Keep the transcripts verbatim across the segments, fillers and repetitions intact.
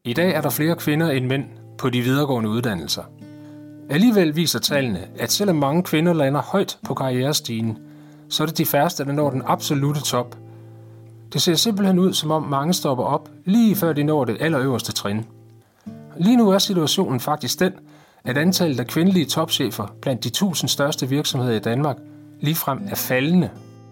I dag er der flere kvinder end mænd på de videregående uddannelser. Alligevel viser tallene, at selvom mange kvinder lander højt på karrierestigen, så er det de færreste, der når den absolute top. Det ser simpelthen ud, som om mange stopper op, lige før de når det allerøverste trin. Lige nu er situationen faktisk den, at antallet af kvindelige topchefer blandt de tusind største virksomheder i Danmark ligefrem er faldende.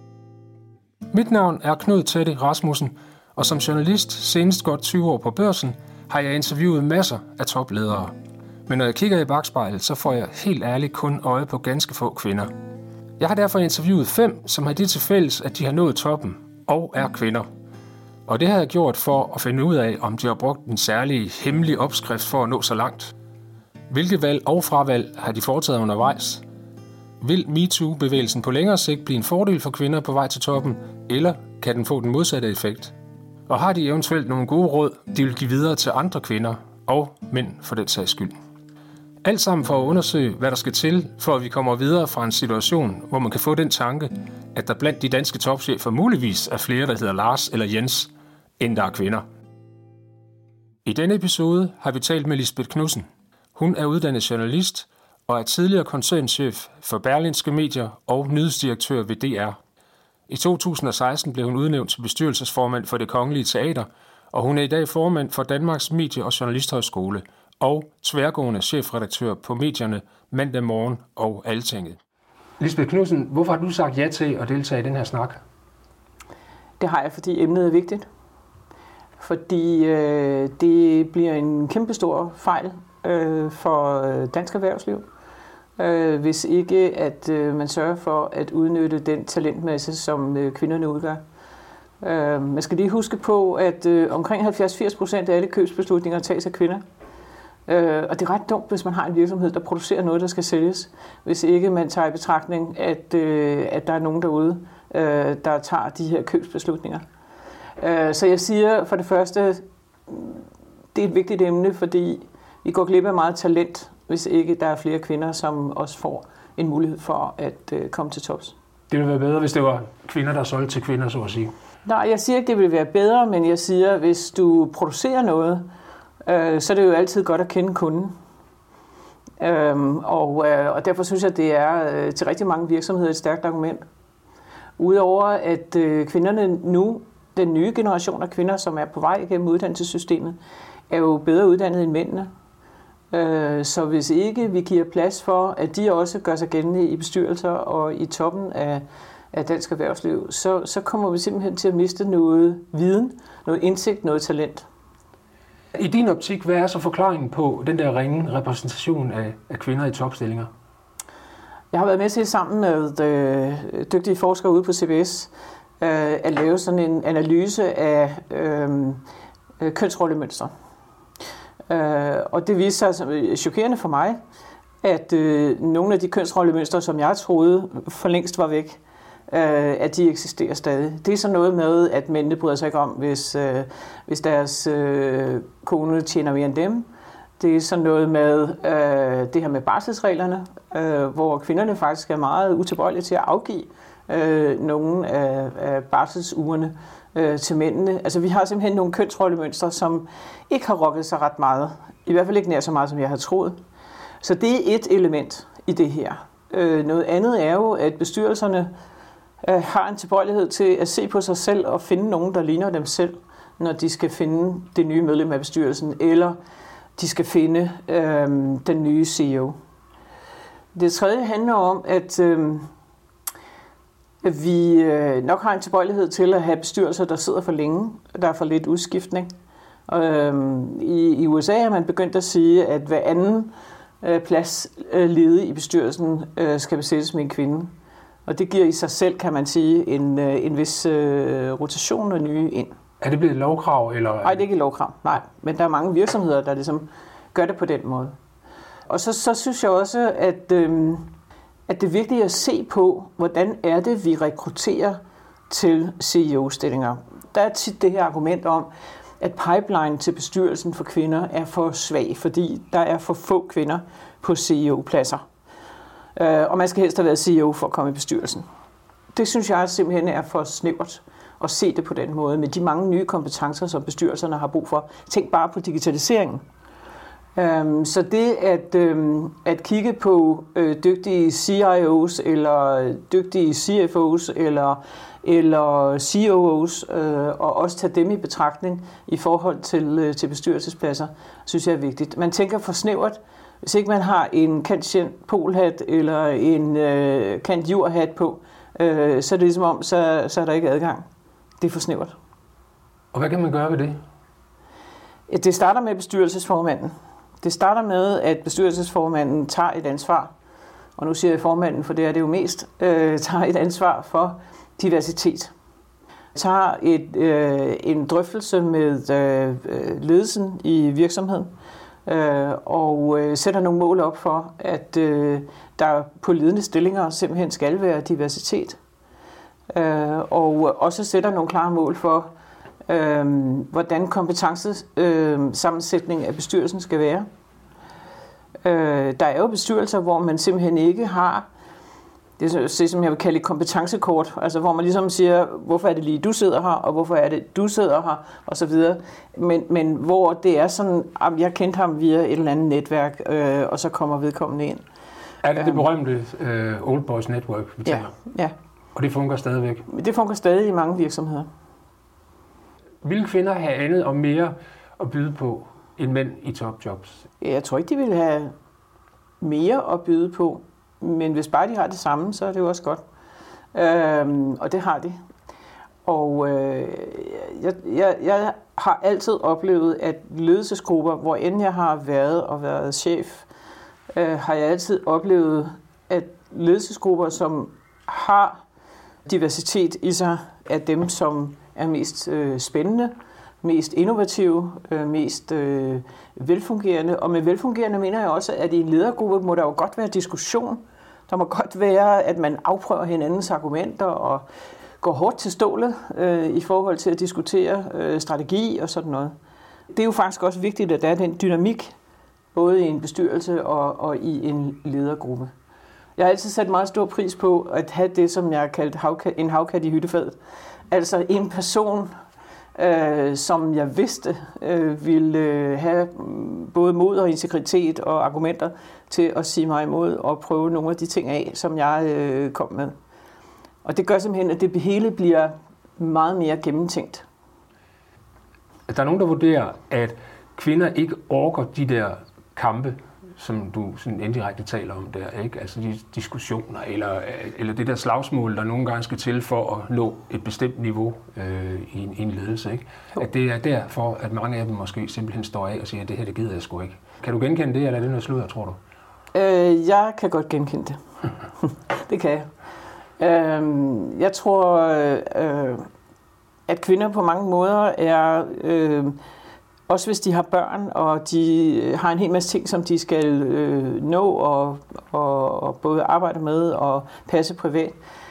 Mit navn er Knud Teddy Rasmussen, og som journalist senest godt tyve år på Børsen, har jeg interviewet masser af topledere. Men når jeg kigger i bakspejlet, så får jeg helt ærligt kun øje på ganske få kvinder. Jeg har derfor interviewet fem, som har det til fælles, at de har nået toppen og er kvinder. Og det har jeg gjort for at finde ud af, om de har brugt en særlig hemmelig opskrift for at nå så langt. Hvilke valg og fravalg har de foretaget undervejs? Vil MeToo-bevægelsen på længere sigt blive en fordel for kvinder på vej til toppen, eller kan den få den modsatte effekt? Og har de eventuelt nogle gode råd, de vil give videre til andre kvinder og mænd for den sags skyld? Alt sammen for at undersøge, hvad der skal til, for at vi kommer videre fra en situation, hvor man kan få den tanke, at der blandt de danske topchefer muligvis er flere, der hedder Lars eller Jens, end der er kvinder. I denne episode har vi talt med Lisbeth Knudsen. Hun er uddannet journalist og er tidligere koncernchef for Berlingske Medier og nyhedsdirektør ved D R. I to tusind og seksten blev hun udnævnt til bestyrelsesformand for Det Kongelige Teater, og hun er i dag formand for Danmarks Medie- og Journalisthøjskole og tværgående chefredaktør på medierne Mandag Morgen og Altinget. Lisbeth Knudsen, hvorfor har du sagt ja til at deltage i den her snak? Det har jeg, fordi emnet er vigtigt. Fordi øh, det bliver en kæmpestor fejl øh, for dansk erhvervsliv, øh, hvis ikke at øh, man sørger for at udnytte den talentmasse, som øh, kvinderne udgør. Øh, man skal lige huske på, at øh, omkring halvfjerds til firs procent af alle købsbeslutninger tages af kvinder. Øh, og det er ret dumt, hvis man har en virksomhed, der producerer noget, der skal sælges, hvis ikke man tager i betragtning, at, øh, at der er nogen derude, øh, der tager de her købsbeslutninger. Øh, så jeg siger for det første, det er et vigtigt emne, fordi vi går glip af meget talent, hvis ikke der er flere kvinder, som også får en mulighed for at øh, komme til tops. Det ville være bedre, hvis det var kvinder, der solgte til kvinder, så at sige. Nej, jeg siger ikke, det ville være bedre, men jeg siger, hvis du producerer noget, øh, så er det jo altid godt at kende kunden. Øhm, og, øh, og derfor synes jeg, det er øh, til rigtig mange virksomheder et stærkt argument. Udover at øh, kvinderne nu, den nye generation af kvinder, som er på vej igennem uddannelsessystemet, er jo bedre uddannet end mændene. Øh, så hvis ikke vi giver plads for, at de også gør sig gældende i bestyrelser og i toppen af, af dansk erhvervsliv, så, så kommer vi simpelthen til at miste noget viden, noget indsigt, noget talent. I din optik, hvad er så forklaringen på den der ringe repræsentation af, af kvinder i topstillinger? Jeg har været med til sammen med øh, dygtige forskere ude på C B S øh, at lave sådan en analyse af øh, øh, kønsrollemønstre. Øh, og det viste sig som chokerende for mig, at øh, nogle af de kønsrollemønstre, som jeg troede for længst var væk, øh, at de eksisterer stadig. Det er sådan noget med, at mændene bryder sig ikke om, hvis, øh, hvis deres øh, kone tjener mere end dem. Det er sådan noget med øh, det her med barselsreglerne, øh, hvor kvinderne faktisk er meget utilbøjelige til at afgive øh, nogle af, af barselsugerne øh, til mændene. Altså vi har simpelthen nogle kønsrollemønstre, som ikke har rokket sig ret meget. I hvert fald ikke nær så meget, som jeg havde troet. Så det er et element i det her. Øh, noget andet er jo, at bestyrelserne øh, har en tilbøjelighed til at se på sig selv og finde nogen, der ligner dem selv, når de skal finde det nye medlem af bestyrelsen, eller de skal finde øh, den nye C E O. Det tredje handler om, at, øh, at vi øh, nok har en tilbøjelighed til at have bestyrelser, der sidder for længe. Der er for lidt udskiftning. Øh, i, I U S A har man begyndt at sige, at hver anden øh, plads øh, ledig i bestyrelsen øh, skal besættes med en kvinde. Og det giver i sig selv, kan man sige, en, øh, en vis øh, rotation og nye ind. Er det blevet et lovkrav? Eller? Nej, det er ikke et lovkrav. Nej, men der er mange virksomheder, der ligesom gør det på den måde. Og så, så synes jeg også, at, øhm, at det er vigtigt at se på, hvordan er det, vi rekrutterer til C E O-stillinger. Der er tit det her argument om, at pipeline til bestyrelsen for kvinder er for svag, fordi der er for få kvinder på C E O-pladser. Øh, og man skal helst have været C E O for at komme i bestyrelsen. Det synes jeg simpelthen er for snævert at se det på den måde, med de mange nye kompetencer, som bestyrelserne har brug for. Tænk bare på digitaliseringen. Um, så det at, um, at kigge på uh, dygtige C I O's eller dygtige C F O's eller, eller C O O's uh, og også tage dem i betragtning i forhold til, uh, til bestyrelsespladser, synes jeg er vigtigt. Man tænker for snævert. Hvis ikke man har en kant polhat eller en uh, kant jurhat på, uh, så er det ligesom om, så, så er der ikke adgang. Det er for snævert. Og hvad kan man gøre ved det? Det starter med bestyrelsesformanden. Det starter med, at bestyrelsesformanden tager et ansvar, og nu siger jeg formanden, for det er det jo mest, øh, tager et ansvar for diversitet. Tager et, øh, en drøftelse med øh, ledelsen i virksomheden, øh, og øh, sætter nogle mål op for, at øh, der på ledende stillinger simpelthen skal være diversitet. Øh, og også sætter nogle klare mål for, øh, hvordan kompetencesammensætningen øh, af bestyrelsen skal være. Øh, der er jo bestyrelser, hvor man simpelthen ikke har det, som jeg vil kalde et kompetencekort, altså hvor man ligesom siger, hvorfor er det lige du sidder her, og hvorfor er det du sidder her, og så videre. Men, men hvor det er sådan, at jeg kendte ham via et eller andet netværk, øh, og så kommer vedkommende ind. Er det det berømte uh, Old Boys Network, vi taler? Ja, ja. Og det fungerer stadigvæk? Det fungerer stadig i mange virksomheder. Vil kvinder have andet og mere at byde på end mænd i topjobs? Jeg tror ikke, de vil have mere at byde på, men hvis bare de har det samme, så er det jo også godt. Øhm, og det har de. Og øh, jeg, jeg, jeg har altid oplevet, at ledelsesgrupper, hvor end jeg har været og været chef, øh, har jeg altid oplevet, at ledelsesgrupper, som har diversitet i sig, er dem, som er mest øh, spændende, mest innovative, øh, mest øh, velfungerende. Og med velfungerende mener jeg også, at i en ledergruppe må der jo godt være diskussion. Der må godt være, at man afprøver hinandens argumenter og går hårdt til stålet øh, i forhold til at diskutere øh, strategi og sådan noget. Det er jo faktisk også vigtigt, at der er den dynamik, både i en bestyrelse og, og i en ledergruppe. Jeg har altid sat meget stor pris på at have det, som jeg har kaldt havkat, en havkat i hyttefadet. Altså en person, øh, som jeg vidste øh, ville øh, have både mod og integritet og argumenter til at sige mig imod og prøve nogle af de ting af, som jeg øh, kom med. Og det gør simpelthen, at det hele bliver meget mere gennemtænkt. Der er nogen, der vurderer, at kvinder ikke orker de der kampe, som du sådan indirekte taler om der, ikke? Altså de diskussioner, eller, eller det der slagsmål, der nogle gange skal til for at nå et bestemt niveau øh, i, en, i en ledelse, ikke? At det er derfor, at mange af dem måske simpelthen står af og siger, at det her, det gider jeg sgu ikke. Kan du genkende det, eller er det noget sludder, tror du? Øh, jeg kan godt genkende det. Det kan jeg. Øh, jeg tror, øh, at kvinder på mange måder er... Øh, Også hvis de har børn, og de har en hel masse ting, som de skal øh, nå og, og, og både arbejde med og passe privat,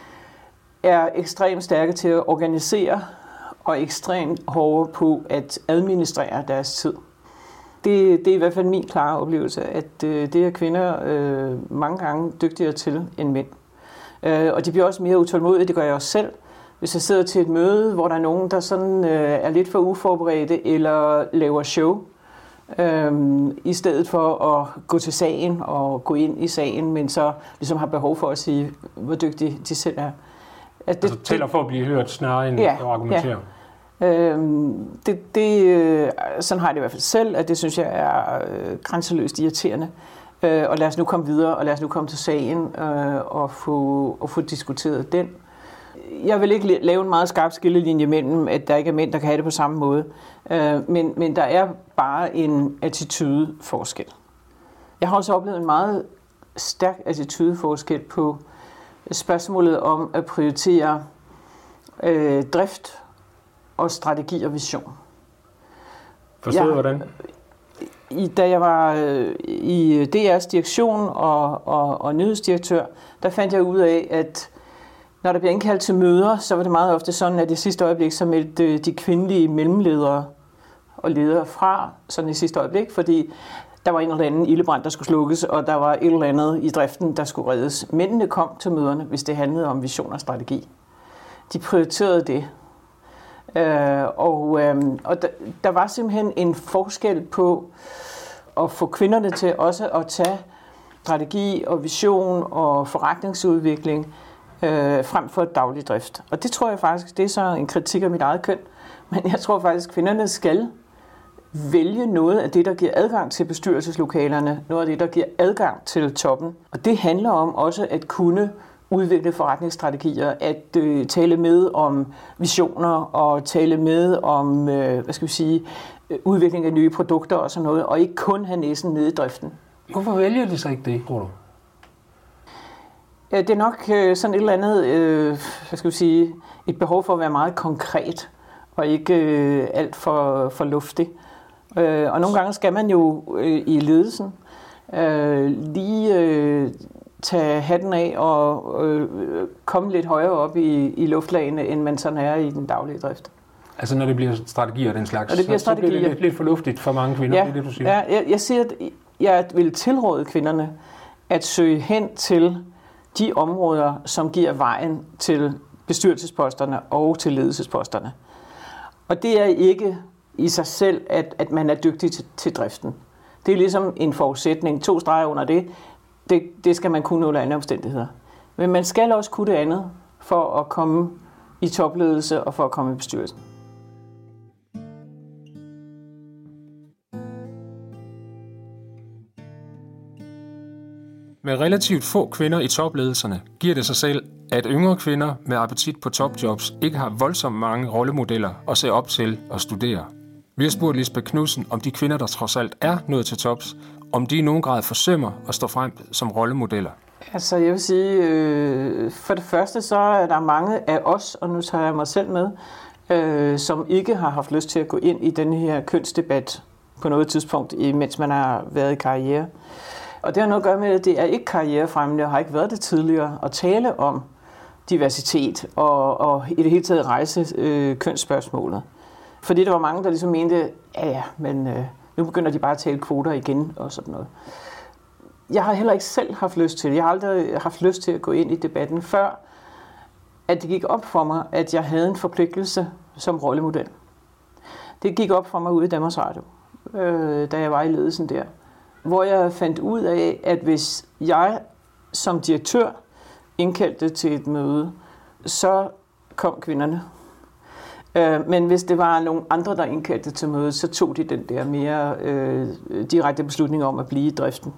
er ekstremt stærke til at organisere og ekstremt hårde på at administrere deres tid. Det, det er i hvert fald min klare oplevelse, at øh, det er kvinder øh, mange gange dygtigere til end mænd. Øh, og de bliver også mere utålmodige, det gør jeg også selv. Hvis jeg sidder til et møde, hvor der er nogen, der sådan, øh, er lidt for uforberedte eller laver show, øh, i stedet for at gå til sagen og gå ind i sagen, men så ligesom har behov for at sige, hvor dygtige de selv er. At det, altså tæller for at blive hørt snarere end ja, at argumentere? Ja. Øh, det, det, øh, sådan har jeg det i hvert fald selv, at det synes jeg er øh, grænseløst irriterende. Øh, og lad os nu komme videre, og lad os nu komme til sagen øh, og, få, og få diskuteret den. Jeg vil ikke lave en meget skarp skillelinje mellem, at der ikke er mænd, der kan have det på samme måde. Men, men der er bare en attitudeforskel. Jeg har også oplevet en meget stærk attitudeforskel på spørgsmålet om at prioritere øh, drift og strategi og vision. Forstået jeg, hvordan? I, da jeg var øh, i D R's direktion og, og, og nyhedsdirektør, der fandt jeg ud af, at når der bliver indkaldt til møder, så var det meget ofte sådan, at i sidste øjeblik så meldte de kvindelige mellemledere og ledere fra sådan i sidste øjeblik, fordi der var en eller anden ildebrand, der skulle slukkes, og der var et eller andet i driften, der skulle reddes. Mændene kom til møderne, hvis det handlede om vision og strategi. De prioriterede det. Øh, og øh, og der, der var simpelthen en forskel på at få kvinderne til også at tage strategi og vision og forretningsudvikling øh, frem for daglig drift. Og det tror jeg faktisk, det er så en kritik af mit eget køn, men jeg tror faktisk, at kvinderne skal vælge noget af det, der giver adgang til bestyrelseslokalerne, noget af det, der giver adgang til toppen. Og det handler om også at kunne udvikle forretningsstrategier, at øh, tale med om visioner og tale med om, øh, hvad skal vi sige, øh, udvikling af nye produkter og sådan noget, og ikke kun have næsen nede i driften. Hvorfor vælger de så ikke det, tror du? Ja, det er nok øh, sådan et eller andet, øh, hvad skal vi sige, et behov for at være meget konkret og ikke øh, alt for, for luftig. Øh, og nogle gange skal man jo øh, i ledelsen øh, lige øh, tage hatten af og øh, komme lidt højere op i, i luftlagene, end man sådan er i den daglige drift. Altså når det bliver strategier og den slags, og det bliver så, så bliver det lidt, lidt for luftigt for mange kvinder, ja, det er det, du siger? Ja, jeg, jeg siger, at jeg vil tilråde kvinderne at søge hen til de områder, som giver vejen til bestyrelsesposterne og til ledelsesposterne. Og det er ikke i sig selv, at, at man er dygtig til, til driften. Det er ligesom en forudsætning. To streger under det. Det, det skal man kunne under andre omstændigheder. Men man skal også kunne det andet for at komme i topledelse og for at komme i bestyrelsen. Med relativt få kvinder i topledelserne giver det sig selv, at yngre kvinder med appetit på topjobs ikke har voldsomt mange rollemodeller at se op til og studere. Vi har spurgt Lisbeth Knudsen om de kvinder, der trods alt er nået til tops, om de i nogen grad forsømmer at stå frem som rollemodeller. Altså jeg vil sige, øh, for det første så er der mange af os, og nu tager jeg mig selv med, øh, som ikke har haft lyst til at gå ind i denne her kønsdebat på noget tidspunkt, mens man har været i karriere. Og det har noget at gøre med, at det er ikke karrierefremmende, og har ikke været det tidligere, at tale om diversitet og, og i det hele taget rejse øh, kønsspørgsmålet. Fordi der var mange, der ligesom mente, ja ja, men øh, nu begynder de bare at tale kvoter igen og sådan noget. Jeg har heller ikke selv haft lyst til det. Jeg har aldrig haft lyst til at gå ind i debatten, før at det gik op for mig, at jeg havde en forpligtelse som rollemodel. Det gik op for mig ude i Danmarks Radio, øh, da jeg var i ledelsen der. Hvor jeg fandt ud af, at hvis jeg som direktør indkaldte til et møde, så kom kvinderne. Men hvis det var nogle andre, der indkaldte til møde, så tog de den der mere øh, direkte beslutning om at blive i driften.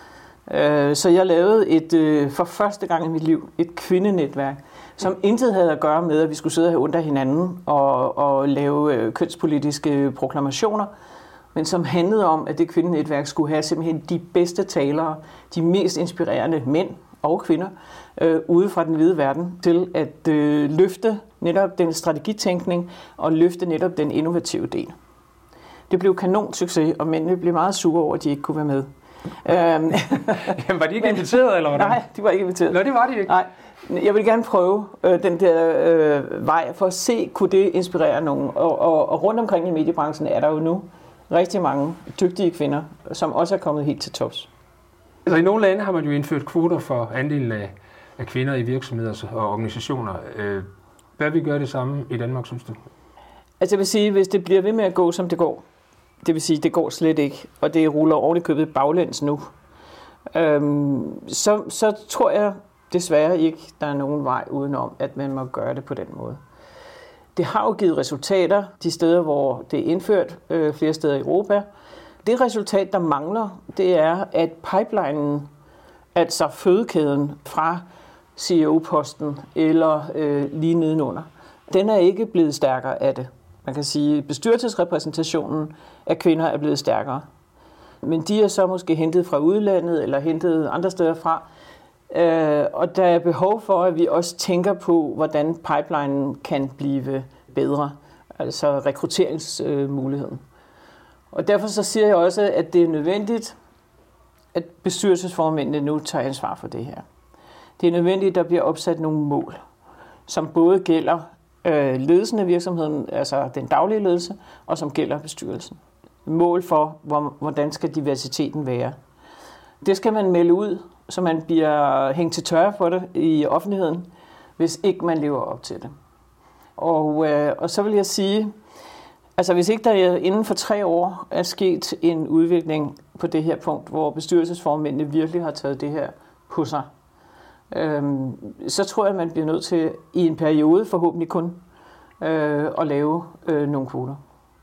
Så jeg lavede et, øh, for første gang i mit liv et kvindenetværk, som intet havde at gøre med, at vi skulle sidde her under hinanden og, og lave øh, kønspolitiske proklamationer, men som handlede om, at det kvindenetværk skulle have simpelthen de bedste talere, de mest inspirerende mænd og kvinder øh, ude fra den hvide verden, til at øh, løfte netop den strategitænkning og løfte netop den innovative del. Det blev kanon succes, og mændene blev meget sure over, at de ikke kunne være med. Jamen, var de ikke inviteret, eller hvordan? Nej, de var ikke inviteret. Nå, det var de ikke. Nej, jeg vil gerne prøve øh, den der øh, vej for at se, kunne det inspirere nogen. Og, og, og rundt omkring i mediebranchen er der jo nu rigtig mange dygtige kvinder, som også er kommet helt til tops. Altså, i nogle lande har man jo indført kvoter for andelen af, af kvinder i virksomheder og organisationer. Hvad vil gøre det samme i Danmark, synes du? Altså jeg vil sige, hvis det bliver ved med at gå, som det går, det vil sige, det går slet ikke, og det ruller ordentligt købet baglæns nu, øhm, så, så tror jeg desværre ikke, der er nogen vej udenom, at man må gøre det på den måde. Det har jo givet resultater de steder, hvor det er indført, øh, flere steder i Europa. Det resultat, der mangler, det er, at pipelinen, altså fødekæden fra C E O-posten eller øh, lige nedenunder, den er ikke blevet stærkere af det. Man kan sige, at bestyrelsesrepræsentationen af kvinder er blevet stærkere. Men de er så måske hentet fra udlandet eller hentet andre steder fra. Øh, og der er behov for, at vi også tænker på, hvordan pipelinen kan blive bedre. Altså rekrutteringsmuligheden. Og derfor så siger jeg også, at det er nødvendigt, at bestyrelsesformændene nu tager ansvar for det her. Det er nødvendigt, at der bliver opsat nogle mål, som både gælder øh, ledelsen af virksomheden, altså den daglige ledelse, og som gælder bestyrelsen. Mål for, hvor, hvordan skal diversiteten være. Det skal man melde ud, så man bliver hængt til tørre for det i offentligheden, hvis ikke man lever op til det. Og, øh, og så vil jeg sige, altså hvis ikke der inden for tre år er sket en udvikling på det her punkt, hvor bestyrelsesformændene virkelig har taget det her på sig, øh, så tror jeg, at man bliver nødt til i en periode forhåbentlig kun øh, at lave øh, nogle kvoter.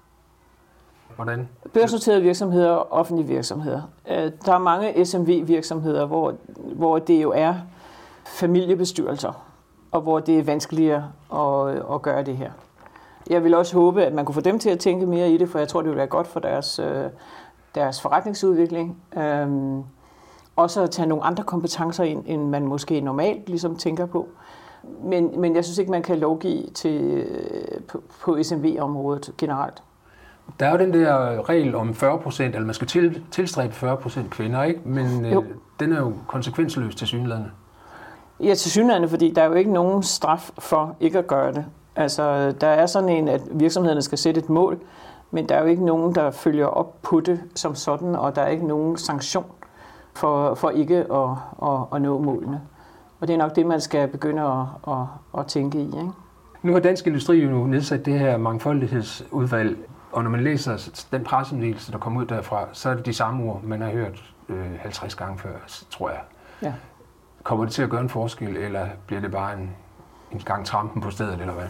Hvordan? Børsnoterede virksomheder og offentlige virksomheder. Der er mange S M V-virksomheder, hvor, hvor det jo er familiebestyrelser, og hvor det er vanskeligere at, at gøre det her. Jeg vil også håbe, at man kunne få dem til at tænke mere i det, for jeg tror, det vil være godt for deres, deres forretningsudvikling. Øhm, også at tage nogle andre kompetencer ind, end man måske normalt ligesom tænker på. Men, men jeg synes ikke, man kan lovgive til, på, på S M V-området generelt. Der er jo den der regel om fyrre procent, eller man skal til, tilstræbe fyrre procent kvinder, ikke? Men øh, den er jo konsekvensløs til synlædende. Ja, til synlædende, fordi der er jo ikke nogen straf for ikke at gøre det. Altså, der er sådan en, at virksomhederne skal sætte et mål, men der er jo ikke nogen, der følger op på det som sådan, og der er ikke nogen sanktion for, for ikke at, at, at nå målene. Og det er nok det, man skal begynde at, at, at tænke i, ikke? Nu har Dansk Industri jo nedsat det her mangfoldighedsudvalg, og når man læser den pressemeddelelse, der kommer ud derfra, så er det de samme ord, man har hørt øh, halvtreds gange før, tror jeg. Ja. Kommer det til at gøre en forskel, eller bliver det bare en, en gang trampen på stedet, eller hvad?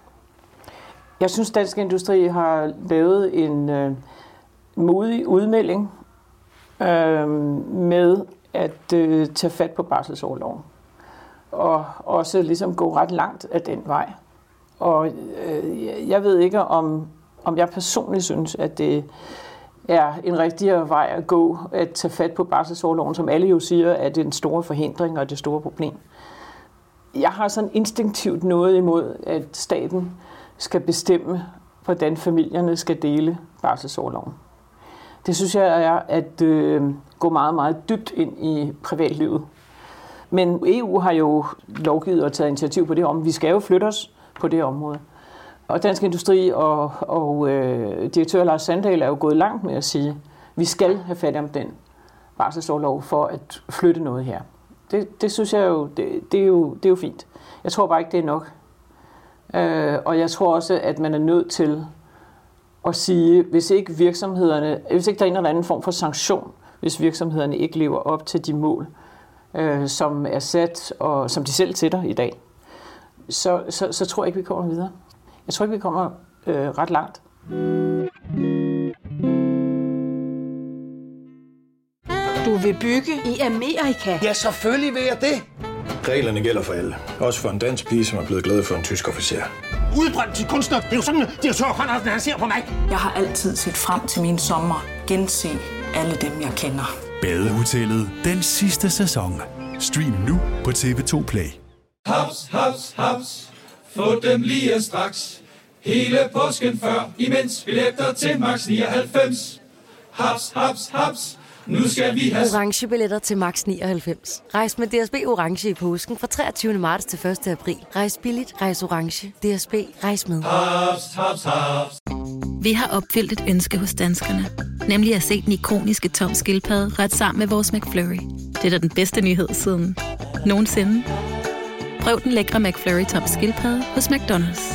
Jeg synes, Dansk Industri har lavet en øh, modig udmelding øh, med at øh, tage fat på barselsorloven. Og også ligesom gå ret langt af den vej. Og øh, jeg ved ikke, om, om jeg personligt synes, at det er en rigtigere vej at gå, at tage fat på barselsorloven, som alle jo siger, er den store forhindring og det store problem. Jeg har sådan instinktivt noget imod, at staten skal bestemme, hvordan familierne skal dele barselsorloven. Det synes jeg er at øh, gå meget, meget dybt ind i privatlivet. Men E U har jo lovgivet og taget initiativ på det om. Vi skal jo flytte os på det område. Og Dansk Industri og, og øh, direktør Lars Sandahl er jo gået langt med at sige, at vi skal have fat om den barselsorlov for at flytte noget her. Det, det synes jeg jo det, det, er jo, det er jo fint. Jeg tror bare ikke, det er nok. Øh, og jeg tror også, at man er nødt til at sige, hvis ikke virksomhederne, hvis ikke der er en eller anden form for sanktion, hvis virksomhederne ikke lever op til de mål, øh, som er sat, og som de selv sætter i dag, så, så, så tror jeg ikke, vi kommer videre. Jeg tror ikke, vi kommer øh, ret langt. Du vil bygge i Amerika? Ja, selvfølgelig vil jeg det. Reglerne gælder for alle. Også for en dansk pige, som er blevet glad for en tysk officer. Udbrændt til kunstner. Det er jo sådan, at direktør Conradsen, han ser på mig. Jeg har altid set frem til min sommer. Gense alle dem, jeg kender. Badehotellet. Den sidste sæson. Stream nu på T V to Play. Haps, haps, haps. Få dem lige straks. Hele påsken før, imens billetter til max nioghalvfems. Haps, haps, haps. Nu skal vi have orange billetter til max nioghalvfems. Rejs med D S B orange i påsken fra treogtyvende marts til første april. Rejs billigt, rejs orange. D S B, rejs med. Haps, haps, haps. Vi har opfyldt et ønske hos danskerne, nemlig at se den ikoniske Tom Skildpadde ret sammen med vores McFlurry. Det er da den bedste nyhed siden nogensinde. Prøv den lækre McFlurry Tom Skildpadde hos McDonald's.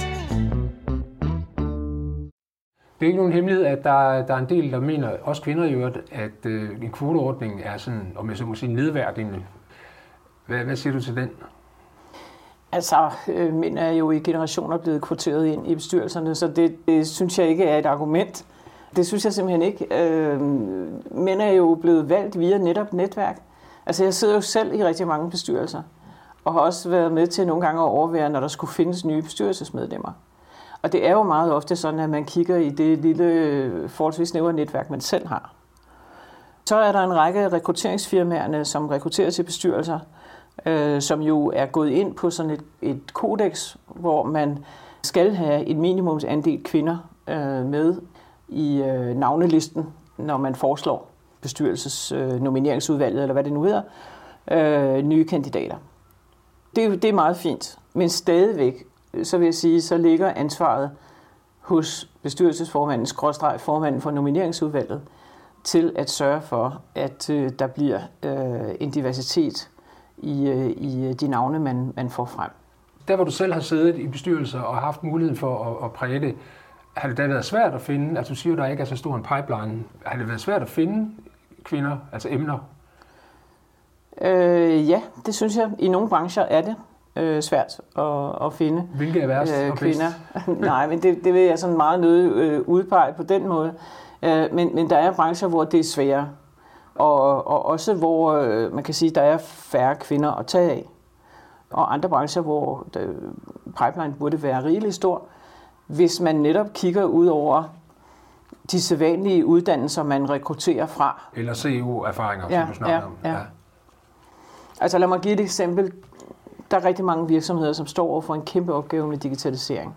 Det er ikke nogen hemmelighed, at der, der er en del, der mener, også kvinder i øvrigt, at øh, en kvoteordning er sådan, om jeg så må sige, nedværdigende. Hvad, hvad siger du til den? Altså, øh, mænd er jo i generationer blevet kvoteret ind i bestyrelserne, så det, det synes jeg ikke er et argument. Det synes jeg simpelthen ikke. Øh, mænd er jo blevet valgt via netop netværk. Altså, jeg sidder jo selv i rigtig mange bestyrelser, og har også været med til nogle gange at overvære, når der skulle findes nye bestyrelsesmedlemmer. Og det er jo meget ofte sådan, at man kigger i det lille, forholdsvis snævre netværk, man selv har. Så er der en række af rekrutteringsfirmaerne, som rekrutterer til bestyrelser, øh, som jo er gået ind på sådan et, et kodex, hvor man skal have en minimumsandel kvinder øh, med i øh, navnelisten, når man foreslår bestyrelsesnomineringsudvalget, øh, eller hvad det nu hedder, øh, nye kandidater. Det, det er meget fint, men stadigvæk, så vil jeg sige, så ligger ansvaret hos bestyrelsesformanden, skråstreg formanden for nomineringsudvalget, til at sørge for, at øh, der bliver øh, en diversitet i, øh, i de navne, man, man får frem. der hvor du selv har siddet i bestyrelser og haft muligheden for at, at præge det, har det da været svært at finde, altså du siger, at der ikke er så stor en pipeline, har det været svært at finde kvinder, altså emner? Øh, ja, det synes jeg. I nogle brancher er det øh, svært at, at finde. Hvilke er værst øh, og kvinder. Nej, men det, det vil jeg sådan meget nødt øh, udpege på den måde. Øh, men, men der er brancher, hvor det er sværere. Og, og også hvor øh, man kan sige, der er færre kvinder at tage af. Og andre brancher, hvor der, pipeline burde være rigeligt stor. Hvis man netop kigger ud over de sædvanlige uddannelser, man rekrutterer fra. Eller C E O-erfaringer, ja, som du snakker ja, om. Ja. Ja. Altså lad mig give et eksempel. Der er rigtig mange virksomheder, som står over for en kæmpe opgave med digitalisering.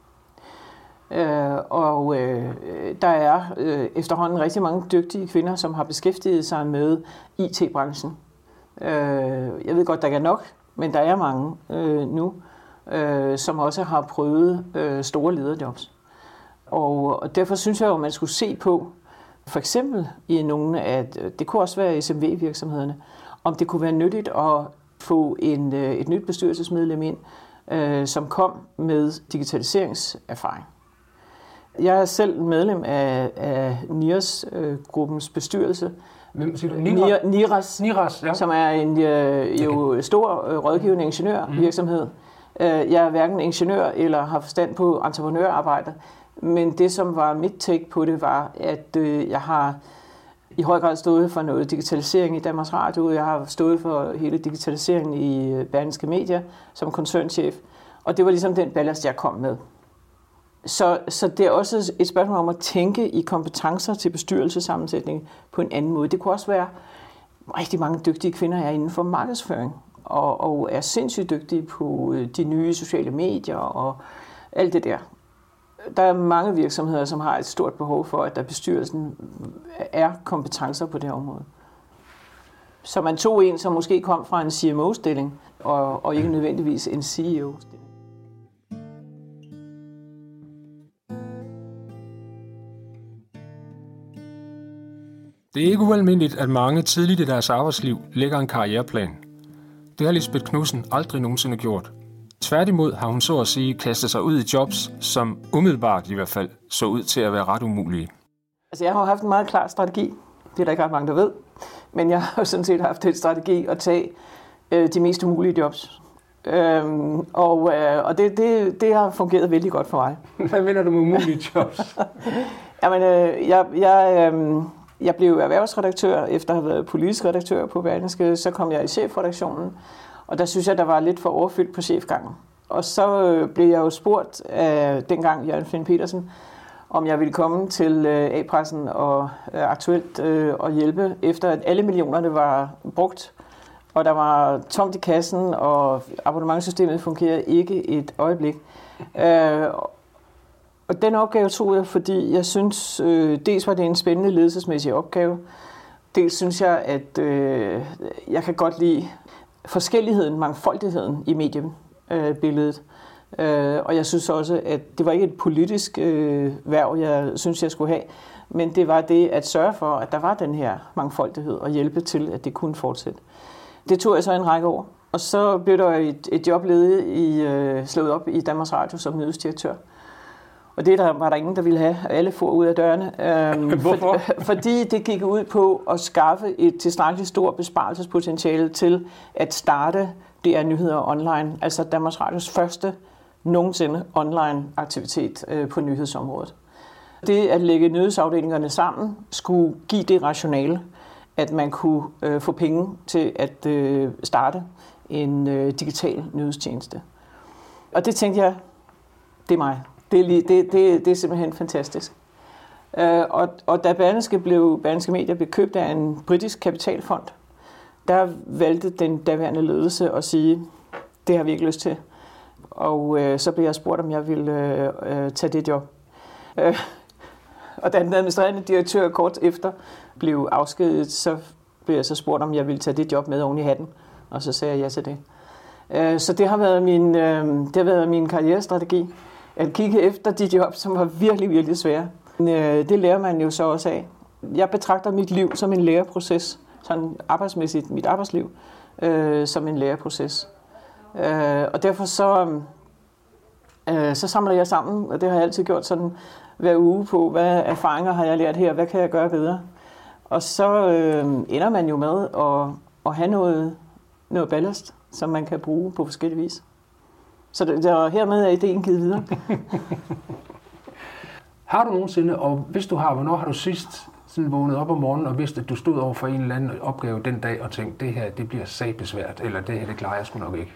Øh, og øh, der er øh, efterhånden rigtig mange dygtige kvinder, som har beskæftiget sig med I T-branchen. Øh, jeg ved godt, der ikke er nok, men der er mange øh, nu, øh, som også har prøvet øh, store lederjobs. Og, og derfor synes jeg jo, at man skulle se på, for eksempel i nogle af, det kunne også være S M V-virksomhederne, om det kunne være nyttigt at få en, et nyt bestyrelsesmedlem ind, øh, som kom med digitaliseringserfaring. Jeg er selv medlem af, af N I R S-gruppens øh, bestyrelse. Hvem siger du? N I R S, N I R S, ja. Som er en øh, jo stor øh, rådgivende ingeniørvirksomhed. Mm. Jeg er hverken ingeniør eller har forstand på entreprenørarbejde, men det, som var mit take på det, var, at øh, jeg har i høj grad stået for noget digitalisering i Danmarks Radio. Jeg har stået for hele digitaliseringen i Berlingske Media som koncernchef, og det var ligesom den ballast, jeg kom med. Så, så det er også et spørgsmål om at tænke i kompetencer til bestyrelsesammensætning på en anden måde. Det kunne også være, rigtig mange dygtige kvinder er inden for markedsføring, og, og er sindssygt dygtige på de nye sociale medier og alt det der. Der er mange virksomheder, som har et stort behov for, at der bestyrelsen er kompetencer på det her område. Så man tog en, som måske kom fra en C M O-stilling, og, og ikke nødvendigvis en C E O-stilling. Det er ikke ualmindeligt, at mange tidligt i deres arbejdsliv lægger en karriereplan. Det har Lisbeth Knudsen aldrig nogensinde gjort. Tværtimod har hun så at sige kastet sig ud i jobs, som umiddelbart i hvert fald så ud til at være ret umulige. Altså jeg har haft en meget klar strategi. Det er der ikke ret mange, der ved. Men jeg har sådan set haft en strategi at tage øh, de mest umulige jobs. Øhm, og øh, og det, det, det har fungeret vældig godt for mig. Hvad mener du med umulige jobs? Jamen, øh, jeg, jeg, øh, jeg blev erhvervsredaktør efter at have været politisk redaktør på Berlingske. Så kom jeg i chefredaktionen. Og der synes jeg, der var lidt for overfyldt på chefgangen. Og så øh, blev jeg jo spurgt af dengang Jørgen Finn Petersen, om jeg ville komme til øh, A-pressen og øh, aktuelt øh, og hjælpe, efter at alle millionerne var brugt, og der var tomt i kassen, og abonnementssystemet fungerer ikke et øjeblik. Øh, og den opgave tog jeg, fordi jeg synes, øh, dels var det en spændende ledelsesmæssig opgave, dels synes jeg, at øh, jeg kan godt lide forskelligheden, mangfoldigheden i mediebilledet. Øh, og jeg synes også, at det var ikke et politisk øh, hverv, jeg synes, jeg skulle have, men det var det at sørge for, at der var den her mangfoldighed og hjælpe til, at det kunne fortsætte. Det tog jeg så en række år, og så blev der et, et job ledigt i, øh, slået op i Danmarks Radio som nyhedsdirektør. Og det der var der ingen, der ville have. Alle for ud af dørene. Øhm, Hvorfor? For, fordi det gik ud på at skaffe et tilstrækkeligt stort besparelsespotentiale til at starte D R Nyheder online. Altså Danmarks Radios første nogensinde online aktivitet øh, på nyhedsområdet. Det at lægge nyhedsafdelingerne sammen skulle give det rationale, at man kunne øh, få penge til at øh, starte en øh, digital nyhedstjeneste. Og det tænkte jeg, det er mig. Det er, lige, det, det, det er simpelthen fantastisk. Øh, og, og da Berlingske blev Berlingske Media blev købt af en britisk kapitalfond, der valgte den daværende ledelse at sige, det har vi ikke lyst til. Og øh, så blev jeg spurgt, om jeg ville øh, tage det job. Øh, og da den administrerende direktør kort efter blev afskediget, så blev jeg så spurgt, om jeg ville tage det job med oven i hatten. Og så sagde jeg ja til det. Øh, så det har været min, øh, det har været min karrierestrategi. At kigge efter de job, som var virkelig, virkelig svære. Det lærer man jo så også af. Jeg betragter mit liv som en læreproces, sådan arbejdsmæssigt, mit arbejdsliv, øh, som en læreproces. Øh, og derfor så, øh, så samler jeg sammen, og det har jeg altid gjort sådan hver uge på, hvad erfaringer har jeg lært her, hvad kan jeg gøre bedre? Og så øh, ender man jo med at, at have noget, noget ballast, som man kan bruge på forskellige vis. Så det, der, hermed er ideen givet videre. Har du nogensinde, og hvis du har, hvornår har du sidst sådan vågnet op om morgenen og vidste, at du stod over for en eller anden opgave den dag og tænkte, det her, det bliver sabesvært, eller det her, det klarer jeg sgu nok ikke?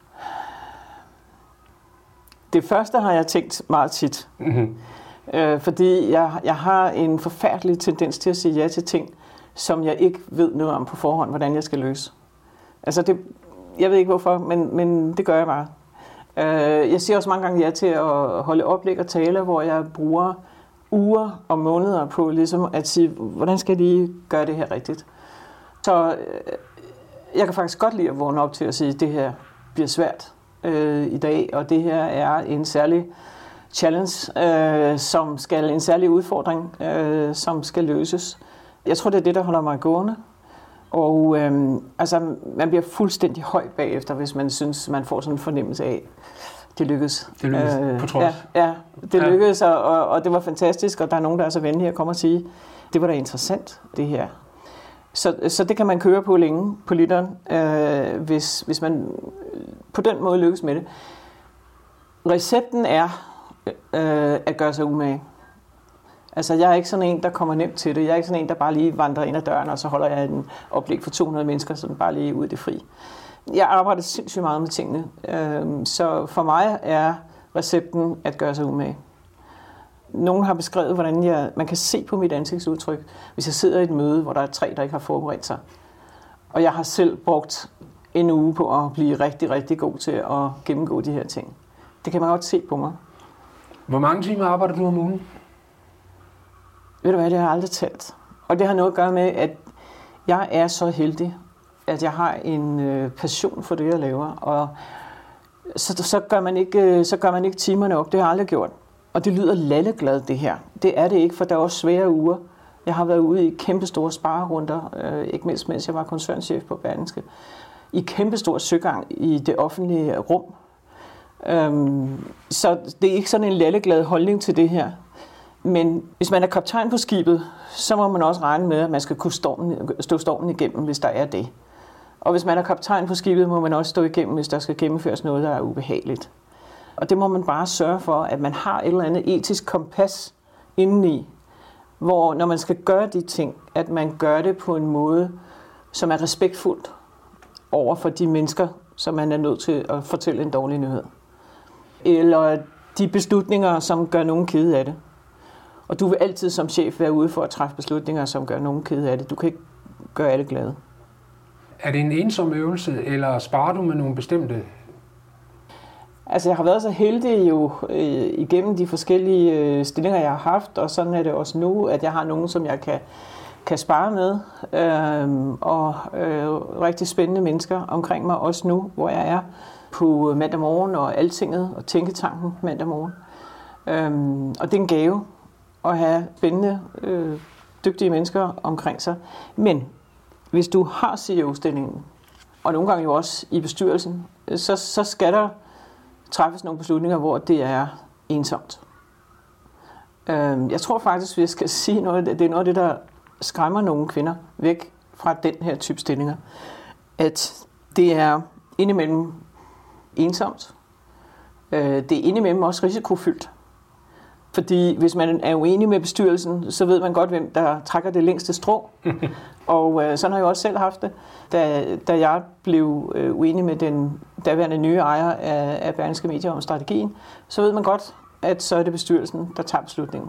Det første har jeg tænkt meget tit. Mm-hmm. Øh, fordi jeg, jeg har en forfærdelig tendens til at sige ja til ting, som jeg ikke ved noget om på forhånd, hvordan jeg skal løse. Altså det, jeg ved ikke hvorfor, men, men det gør jeg bare. Øh, jeg siger også mange gange ja til at holde oplæg og tale, hvor jeg bruger uger og måneder på ligesom at sige, hvordan skal jeg lige gøre det her rigtigt. Så øh, jeg kan faktisk godt lide at vågne op til at sige, at det her bliver svært øh, i dag, og det her er en særlig challenge, øh, som skal, en særlig udfordring, øh, som skal løses. Jeg tror, det er det, der holder mig gående. Og øh, altså, man bliver fuldstændig høj bagefter, hvis man synes, man får sådan en fornemmelse af, det lykkedes. Det lykkedes, øh, på trods. Ja, ja det ja. lykkedes, og, og, og det var fantastisk, og der er nogen, der er så venlige at komme og sige, det var da interessant, det her. Så, så det kan man køre på længe på literen, øh, hvis, hvis man på den måde lykkes med det. Recepten er øh, at gøre sig umage. Altså, jeg er ikke sådan en, der kommer nemt til det. Jeg er ikke sådan en, der bare lige vandrer ind ad døren, og så holder jeg en oplæg for to hundrede mennesker, sådan bare lige ud i det fri. Jeg arbejder sindssygt meget med tingene, øh, så for mig er recepten at gøre sig umage. Nogen har beskrevet, hvordan jeg, man kan se på mit ansigtsudtryk, hvis jeg sidder i et møde, hvor der er tre, der ikke har forberedt sig. Og jeg har selv brugt en uge på at blive rigtig, rigtig god til at gennemgå de her ting. Det kan man godt se på mig. Hvor mange timer arbejder du om ugen? Ved du hvad, det har jeg aldrig talt. Og det har noget at gøre med, at jeg er så heldig, at jeg har en øh, passion for det, jeg laver. Og så, så, gør man ikke, så gør man ikke timerne op. Det har jeg aldrig gjort. Og det lyder lalleglad, det her. Det er det ikke, for der er også svære uger. Jeg har været ude i kæmpe store sparerunder, øh, ikke mindst mens jeg var koncernchef på Berlingske, i kæmpe stor søgang i det offentlige rum. Øhm, så det er ikke sådan en lalleglad holdning til det her. Men hvis man er kaptajn på skibet, så må man også regne med, at man skal kunne stormen, stå stormen igennem, hvis der er det. Og hvis man er kaptajn på skibet, må man også stå igennem, hvis der skal gennemføres noget, der er ubehageligt. Og det må man bare sørge for, at man har et eller andet etisk kompas indeni, hvor når man skal gøre de ting, at man gør det på en måde, som er respektfuldt over for de mennesker, som man er nødt til at fortælle en dårlig nyhed. Eller de beslutninger, som gør nogen kede af det. Og du vil altid som chef være ude for at træffe beslutninger, som gør nogen kede af det. Du kan ikke gøre alle glade. Er det en ensom øvelse, eller sparer du med nogle bestemte? Altså, jeg har været så heldig jo øh, igennem de forskellige øh, stillinger, jeg har haft, og sådan er det også nu, at jeg har nogen, som jeg kan, kan spare med, øh, og øh, rigtig spændende mennesker omkring mig, også nu, hvor jeg er på mandag morgen, og Altinget og Tænketanken mandag morgen. Øh, og det er en gave at have spændende, øh, dygtige mennesker omkring sig. Men hvis du har C E O-stillingen, og nogle gange jo også i bestyrelsen, så, så skal der træffes nogle beslutninger, hvor det er ensomt. Øh, jeg tror faktisk, vi skal sige noget, det er noget af det, der skræmmer nogle kvinder væk fra den her type stillinger. At det er indimellem ensomt. Øh, det er indimellem også risikofyldt. Fordi hvis man er uenig med bestyrelsen, så ved man godt, hvem der trækker det længste strå. Og øh, sådan har jeg også selv haft det. Da, da jeg blev øh, uenig med den daværende nye ejer af, af Berlingske Medier om strategien, så ved man godt, at så er det bestyrelsen, der tager beslutningen.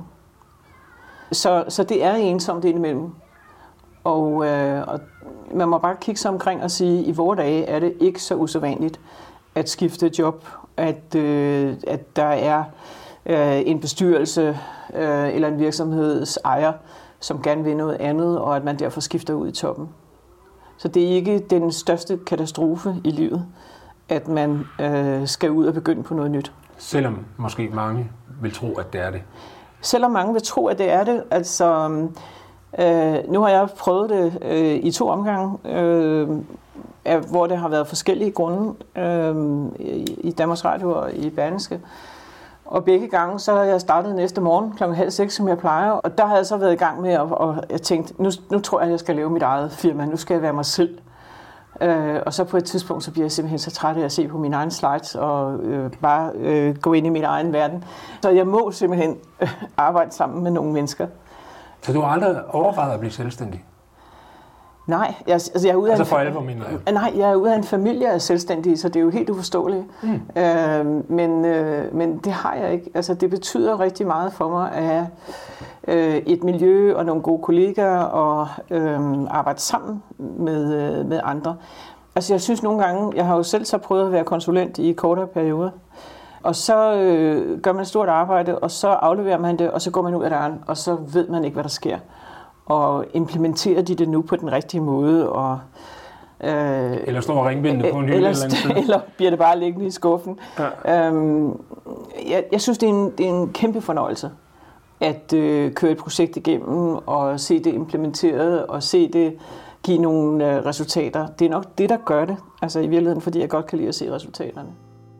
Så, så det er ensomt indimellem. Og, øh, og man må bare kigge sig omkring og sige, at i vore dage er det ikke så usædvanligt at skifte job, at, øh, at der er en bestyrelse øh, eller en virksomheds ejer, som gerne vil noget andet, og at man derfor skifter ud i toppen. Så det er ikke den største katastrofe i livet, at man øh, skal ud og begynde på noget nyt. Selvom måske mange vil tro, at det er det. Selvom mange vil tro, at det er det. Altså, Øh, nu har jeg prøvet det øh, i to omgange, øh, hvor det har været forskellige grunde øh, i Danmarks Radio og i Berlingske. Og begge gange, så har jeg startet næste morgen klokken halv seks, som jeg plejer. Og der har jeg så været i gang med, at og jeg tænkte, nu, nu tror jeg, at jeg skal lave mit eget firma. Nu skal jeg være mig selv. Øh, og så på et tidspunkt, så bliver jeg simpelthen så træt af at se på mine egne slides og øh, bare øh, gå ind i min egen verden. Så jeg må simpelthen øh, arbejde sammen med nogle mennesker. Så du har aldrig overvejet at blive selvstændig? Nej, jeg, altså jeg er ude altså af for en, alvor, mener jeg. Nej, jeg er ude af en familie af selvstændige, så det er jo helt uforståeligt. Mm. Øh, men, øh, men det har jeg ikke. Altså det betyder rigtig meget for mig at have øh, et miljø og nogle gode kollegaer og øh, arbejde sammen med, øh, med andre. Altså jeg synes nogle gange, jeg har jo selv så prøvet at være konsulent i kortere perioder, og så øh, gør man et stort arbejde, og så afleverer man det, og så går man ud af døren, og så ved man ikke, hvad der sker. Og implementerer de det nu på den rigtige måde, og øh, eller står ringbindene på en hylde eller, eller andet sted. Eller bliver det bare liggende i skuffen. Ja. Øhm, jeg, jeg synes, det er, en, det er en kæmpe fornøjelse at øh, køre et projekt igennem, og se det implementeret, og se det give nogle øh, resultater. Det er nok det, der gør det, altså i virkeligheden, fordi jeg godt kan lide at se resultaterne.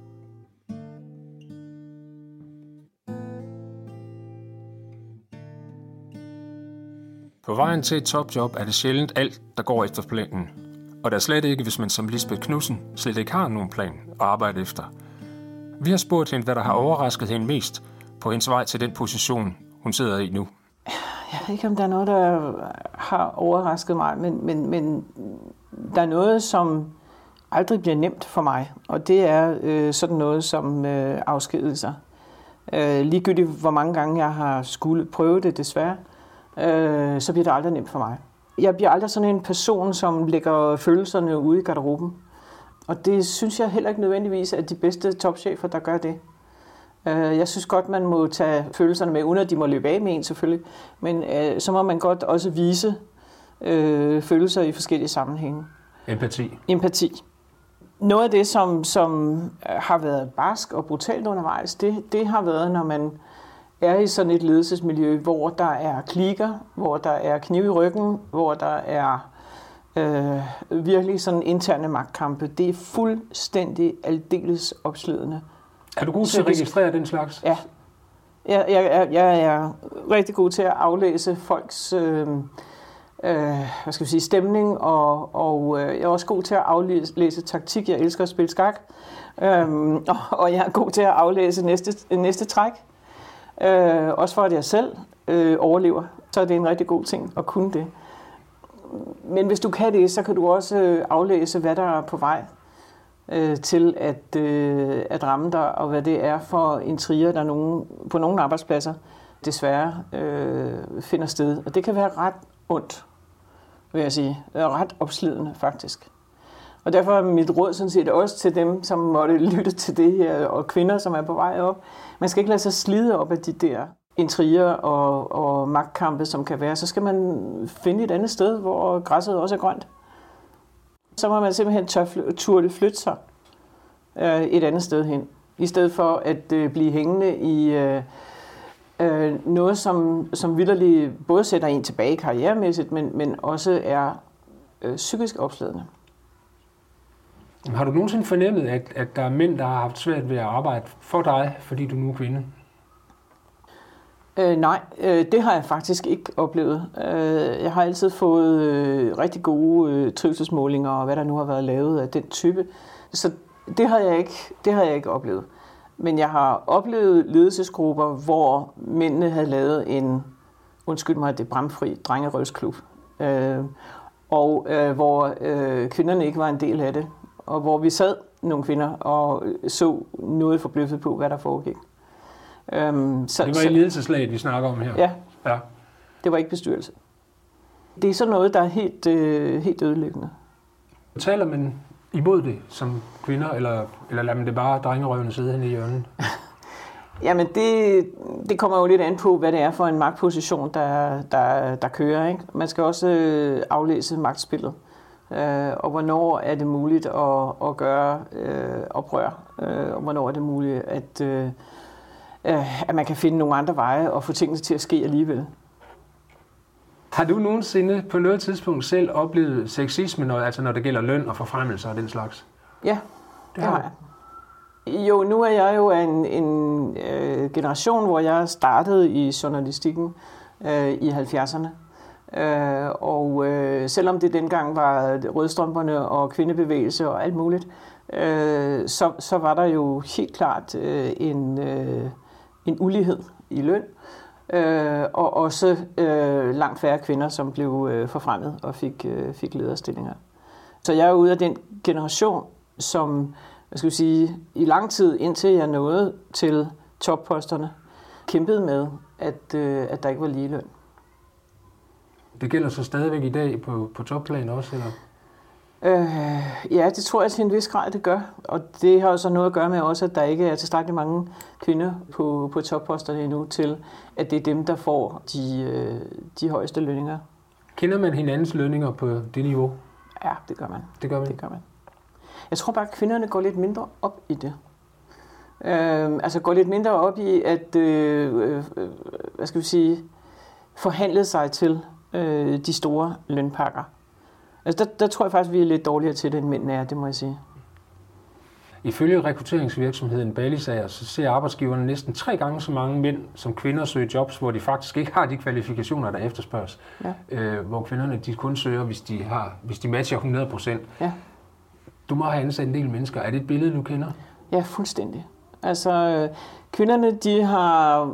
På vejen til et topjob er det sjældent alt, der går efter planen. Og der er slet ikke, hvis man som Lisbeth Knudsen slet ikke har nogen plan at arbejde efter. Vi har spurgt hende, hvad der har overrasket hende mest på hendes vej til den position, hun sidder i nu. Jeg ved ikke, om der er noget, der har overrasket mig, men, men, men der er noget, som aldrig bliver nemt for mig. Og det er øh, sådan noget som øh, afskedigelser. Øh, ligegyldigt hvor mange gange jeg har skulle prøve det, desværre, øh, så bliver det aldrig nemt for mig. Jeg bliver aldrig sådan en person, som lægger følelserne ude i garderoben. Og det synes jeg heller ikke nødvendigvis er de bedste topchefer, der gør det. Jeg synes godt, man må tage følelserne med, uden at de må løbe af med en selvfølgelig. Men øh, så må man godt også vise øh, følelser i forskellige sammenhænge. Empati. Empati. Noget af det, som, som har været barsk og brutalt undervejs, det, det har været, når man er i sådan et ledelsesmiljø, hvor der er klikker, hvor der er kniv i ryggen, hvor der er øh, virkelig sådan interne magtkampe. Det er fuldstændig aldeles opslidende. Er du god til at registrere den slags? Ja. Jeg, jeg, jeg er rigtig god til at aflæse folks øh, øh, hvad skal vi sige, stemning, og, og øh, jeg er også god til at aflæse taktik. Jeg elsker at spille skak. Øhm, og, og jeg er god til at aflæse næste, næste træk. Øh, også for at jeg selv øh, overlever. Så er det en rigtig god ting at kunne det. Men hvis du kan det, så kan du også aflæse, hvad der er på vej øh, til at, øh, at ramme dig, og hvad det er for intriger, der nogen, på nogle arbejdspladser desværre øh, finder sted. Og det kan være ret ondt, vil jeg sige. Ret opslidende, faktisk. Og derfor er mit råd sådan set også til dem, som måtte lytte til det her, og kvinder, som er på vej op. Man skal ikke lade sig slide op af de der intriger og, og magtkampe, som kan være. Så skal man finde et andet sted, hvor græsset også er grønt. Så må man simpelthen turde flytte sig øh, et andet sted hen, i stedet for at øh, blive hængende i øh, øh, noget, som, som vitterligt både sætter en tilbage karrieremæssigt, men, men også er øh, psykisk opslidende. Har du nogensinde fornemmet, at, at der er mænd, der har haft svært ved at arbejde for dig, fordi du nu er kvinde? Øh, nej, øh, det har jeg faktisk ikke oplevet. Øh, jeg har altid fået øh, rigtig gode øh, trivselsmålinger, og hvad der nu har været lavet af den type. Så det har jeg ikke, det har jeg ikke oplevet. Men jeg har oplevet ledelsesgrupper, hvor mændene havde lavet en, undskyld mig, det bramfri drengerøvsklub. Øh, og øh, hvor øh, kvinderne ikke var en del af det. Og hvor vi sad nogle kvinder og så noget forbløffet på, hvad der foregik. Øhm, så, det var i ledelseslaget, vi snakker om her? Ja, ja. Det var ikke bestyrelse. Det er sådan noget, der er helt, øh, helt ødelæggende. Taler man imod det som kvinder, eller, eller lader man det bare drengerøvene sidde henne i hjørnet? Jamen, det, det kommer jo lidt an på, hvad det er for en magtposition, der, der, der kører. Ikke? Man skal også øh, aflæse magtspillet. Øh, og hvornår er det muligt at, at gøre øh, oprør, øh, og hvornår er det muligt, at, øh, at man kan finde nogle andre veje og få tingene til at ske alligevel. Har du nogensinde på noget tidspunkt selv oplevet sexisme, når, altså når det gælder løn og forfremmelser og den slags? Ja, det har jeg. Jo, nu er jeg jo en, en øh, generation, hvor jeg startede i journalistikken øh, i halvfjerdserne. Øh, og øh, selvom det dengang var rødstrømperne og kvindebevægelse og alt muligt, øh, så, så var der jo helt klart øh, en, øh, en ulighed i løn. Øh, og også øh, langt færre kvinder, som blev øh, forfremmet og fik, øh, fik lederstillinger. Så jeg er ude af den generation, som jeg skal sige, i lang tid, indtil jeg nåede til topposterne, kæmpede med, at, øh, at der ikke var ligeløn. Det gælder så stadigvæk i dag på, på topplan også, eller? Øh, ja, det tror jeg til en vis grad, det gør. Og det har jo så noget at gøre med også, at der ikke er tilstrækkeligt mange kvinder på, på topposterne endnu til, at det er dem, der får de, øh, de højeste lønninger. Kender man hinandens lønninger på det niveau? Ja, det gør man. Det gør man? Det gør man. Jeg tror bare, at kvinderne går lidt mindre op i det. Øh, altså går lidt mindre op i at, øh, øh, hvad skal vi sige, forhandle sig til øh, de store lønpakker. Altså der, der tror jeg faktisk, vi er lidt dårligere til det, end mændene er, det må jeg sige. Ifølge rekrutteringsvirksomheden Balisager, så ser arbejdsgiverne næsten tre gange så mange mænd som kvinder søge jobs, hvor de faktisk ikke har de kvalifikationer, der efterspørges. Ja. Øh, hvor kvinderne de kun søger, hvis de, har, hvis de matcher hundrede procent. Ja. Du må have ansat en del mennesker. Er det et billede, du kender? Ja, fuldstændig. Altså, kvinderne, de har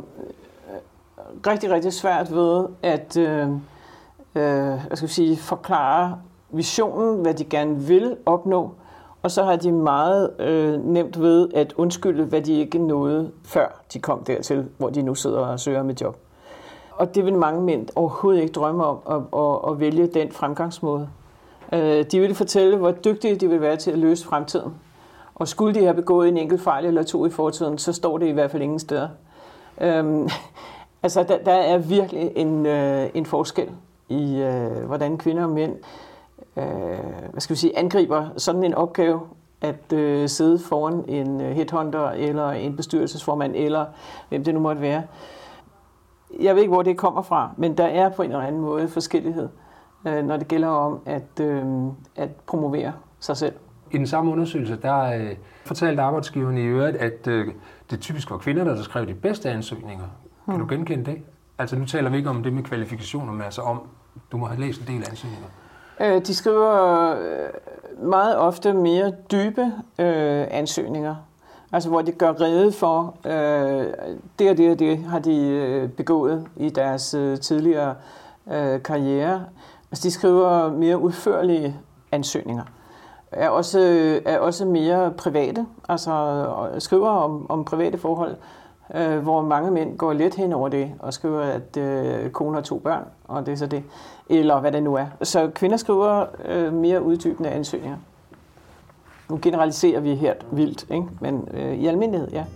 rigtig, rigtig svært ved at øh, øh, hvad skal vi sige, forklare visionen, hvad de gerne vil opnå, og så har de meget øh, nemt ved at undskylde, hvad de ikke nåede, før de kom dertil, hvor de nu sidder og søger med job. Og det vil mange mænd overhovedet ikke drømme om at, at, at vælge den fremgangsmåde. Øh, de vil fortælle, hvor dygtige de vil være til at løse fremtiden. Og skulle de have begået en enkelt fejl eller to i fortiden, så står det i hvert fald ingen steder. Øhm, altså, der, der er virkelig en, øh, en forskel i, øh, hvordan kvinder og mænd øh, hvad skal vi sige, angriber sådan en opgave, at øh, sidde foran en headhunter eller en bestyrelsesformand, eller hvem det nu måtte være. Jeg ved ikke, hvor det kommer fra, men der er på en eller anden måde forskellighed, øh, når det gælder om at, øh, at promovere sig selv. I den samme undersøgelse, der øh, fortalte arbejdsgiverne i øvrigt, at øh, det typisk var kvinder, der skrev de bedste ansøgninger. Kan hmm. du genkende det? Altså nu taler vi ikke om det med kvalifikationer, men altså om, du må have læst en del ansøgninger. Øh, de skriver meget ofte mere dybe øh, ansøgninger. Altså hvor de gør rede for, øh, det og det og det har de øh, begået i deres øh, tidligere øh, karriere. Altså de skriver mere udførlige ansøgninger. Er også, er også mere private, altså skriver om, om private forhold, øh, hvor mange mænd går let hen over det og skriver, at øh, kone har to børn, og det er så det, eller hvad det nu er. Så kvinder skriver øh, mere uddybende ansøgninger. Nu generaliserer vi her vildt, ikke? Men øh, i almindelighed, ja.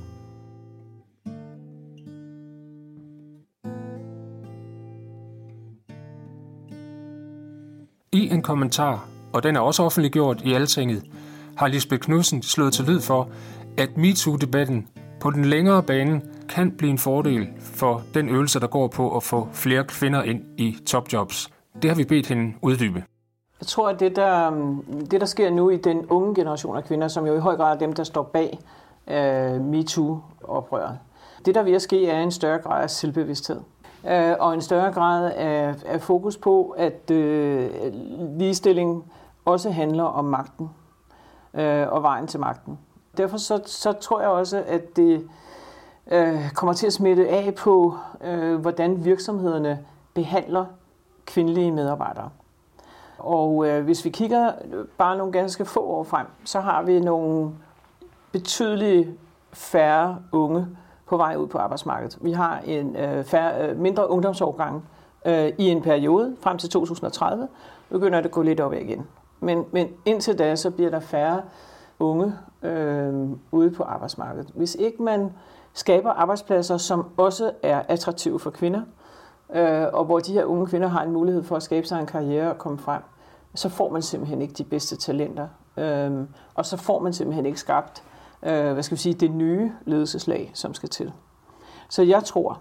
I en kommentar, og den er også offentliggjort i Altinget, har Lisbeth Knudsen slået til lyd for, at MeToo-debatten på den længere bane kan blive en fordel for den øvelse, der går på at få flere kvinder ind i topjobs. Det har vi bedt hende uddybe. Jeg tror, at det der, det, der sker nu i den unge generation af kvinder, som jo i høj grad er dem, der står bag uh, MeToo-oprøret, det der vil at ske, er en større grad af selvbevidsthed. Uh, og en større grad af, af fokus på, at uh, ligestilling også handler om magten uh, og vejen til magten. Derfor så, så tror jeg også, at det uh, kommer til at smitte af på, uh, hvordan virksomhederne behandler kvindelige medarbejdere. Og øh, hvis vi kigger bare nogle ganske få år frem, så har vi nogle betydelige færre unge på vej ud på arbejdsmarkedet. Vi har en øh, færre, øh, mindre ungdomsårgang øh, i en periode frem til to tusind og tredive. Begynder det at gå lidt op igen. Men, men indtil da, så bliver der færre unge øh, ude på arbejdsmarkedet. Hvis ikke man skaber arbejdspladser, som også er attraktive for kvinder, øh, og hvor de her unge kvinder har en mulighed for at skabe sig en karriere og komme frem, så får man simpelthen ikke de bedste talenter. Øh, og så får man simpelthen ikke skabt øh, hvad skal vi sige, det nye ledelseslag, som skal til. Så jeg tror,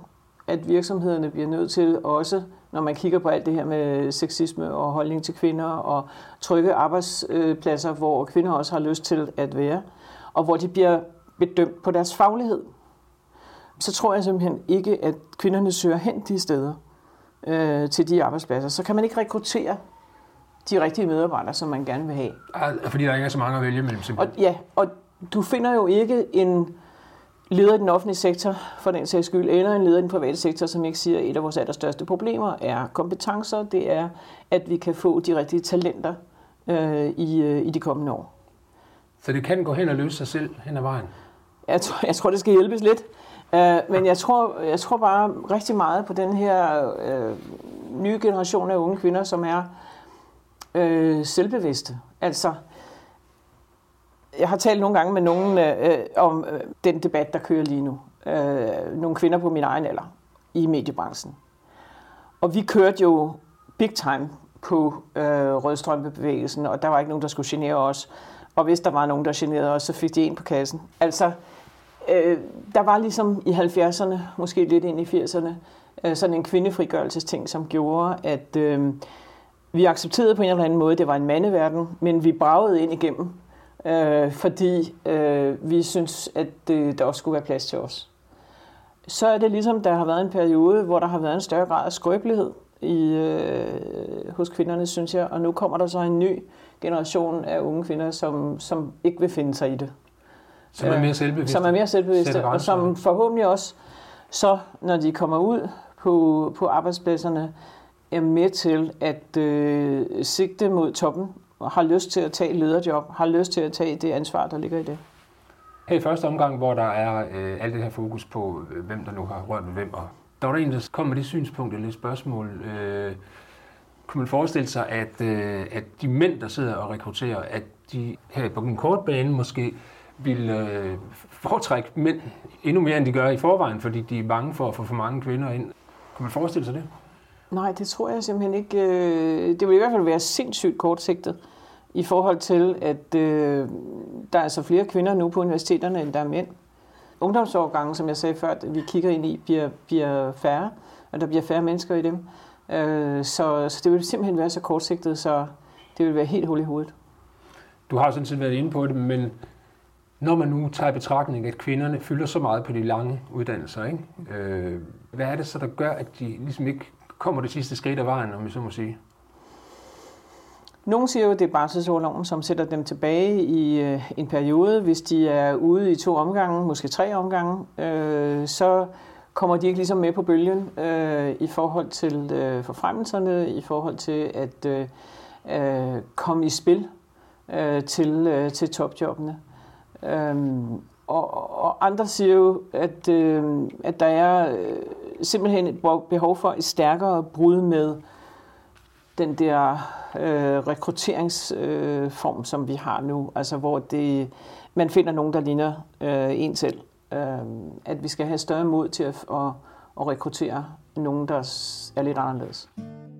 at virksomhederne bliver nødt til også, når man kigger på alt det her med sexisme og holdning til kvinder og trygge arbejdspladser, hvor kvinder også har lyst til at være, og hvor de bliver bedømt på deres faglighed, så tror jeg simpelthen ikke, at kvinderne søger hen de steder øh, til de arbejdspladser. Så kan man ikke rekruttere de rigtige medarbejdere, som man gerne vil have. Fordi der ikke er så mange at vælge mellem simpelthen. Og, ja, og du finder jo ikke en leder i den offentlige sektor, for den sags skyld, eller en leder i den private sektor, som ikke siger, at et af vores allerstørste problemer er kompetencer. Det er, at vi kan få de rigtige talenter øh, i, øh, i de kommende år. Så det kan gå hen og løse sig selv hen ad vejen? Jeg tror, jeg tror det skal hjælpes lidt. Uh, men jeg tror, jeg tror bare rigtig meget på den her uh, nye generation af unge kvinder, som er uh, selvbevidste. Altså, jeg har talt nogle gange med nogen uh, om uh, den debat, der kører lige nu. Uh, nogle kvinder på min egen alder i mediebranchen. Og vi kørte jo big time på uh, rødstrømpebevægelsen, og der var ikke nogen, der skulle genere os. Og hvis der var nogen, der generede os, så fik de en på kassen. Altså, øh, der var ligesom i halvfjerdserne, måske lidt ind i firserne, øh, sådan en kvindefrigørelsesting, som gjorde, at øh, vi accepterede på en eller anden måde, det var en mandeverden, men vi bragede ind igennem, øh, fordi øh, vi synes, at øh, der også skulle være plads til os. Så er det ligesom, der har været en periode, hvor der har været en større grad af skrøbelighed i, øh, hos kvinderne, synes jeg, og nu kommer der så en ny generation af unge kvinder, som, som ikke vil finde sig i det. Som er mere selvbevidste. Som er mere selvbevidste, og som forhåbentlig også, så når de kommer ud på, på arbejdspladserne, er med til at øh, sigte mod toppen, og har lyst til at tage lederjob, har lyst til at tage det ansvar, der ligger i det. Her i første omgang, hvor der er øh, alt det her fokus på, øh, hvem der nu har rørt med hvem, og der var der en, der kom med det synspunkt, eller et spørgsmål. Øh, kunne man forestille sig, at, øh, at de mænd, der sidder og rekrutterer, at de her på en kort bane måske vil øh, foretrække mænd endnu mere, end de gør i forvejen, fordi de er bange for at få for mange kvinder ind. Kunne man forestille sig det? Nej, det tror jeg simpelthen ikke. Det vil i hvert fald være sindssygt kortsigtet i forhold til, at øh, der er altså flere kvinder nu på universiteterne, end der er mænd. Ungdomsårgangen, som jeg sagde før, vi kigger ind i, bliver, bliver færre, og der bliver færre mennesker i dem. Øh, så, så det vil simpelthen være så kortsigtet, så det vil være helt hul i hovedet. Du har sådan set været inde på det, men når man nu tager i betragtning, at kvinderne fylder så meget på de lange uddannelser, ikke? Øh, hvad er det så, der gør, at de ligesom ikke kommer det sidste skridt af vejen, om vi så må sige? Nogle siger jo, at det er barselsorloven, som sætter dem tilbage i øh, en periode. Hvis de er ude i to omgange, måske tre omgange, øh, så kommer de ikke ligesom med på bølgen øh, i forhold til øh, forfremmelserne, i forhold til at øh, øh, komme i spil øh, til, øh, til topjobbene. Øhm, og, og andre siger jo, at, øh, at der er øh, simpelthen et behov for et stærkere brud med den der øh, rekrutteringsform, øh, som vi har nu. Altså hvor det, man finder nogen, der ligner øh, en selv. Øh, at vi skal have større mod til at, at, at rekruttere nogen, der er lidt anderledes.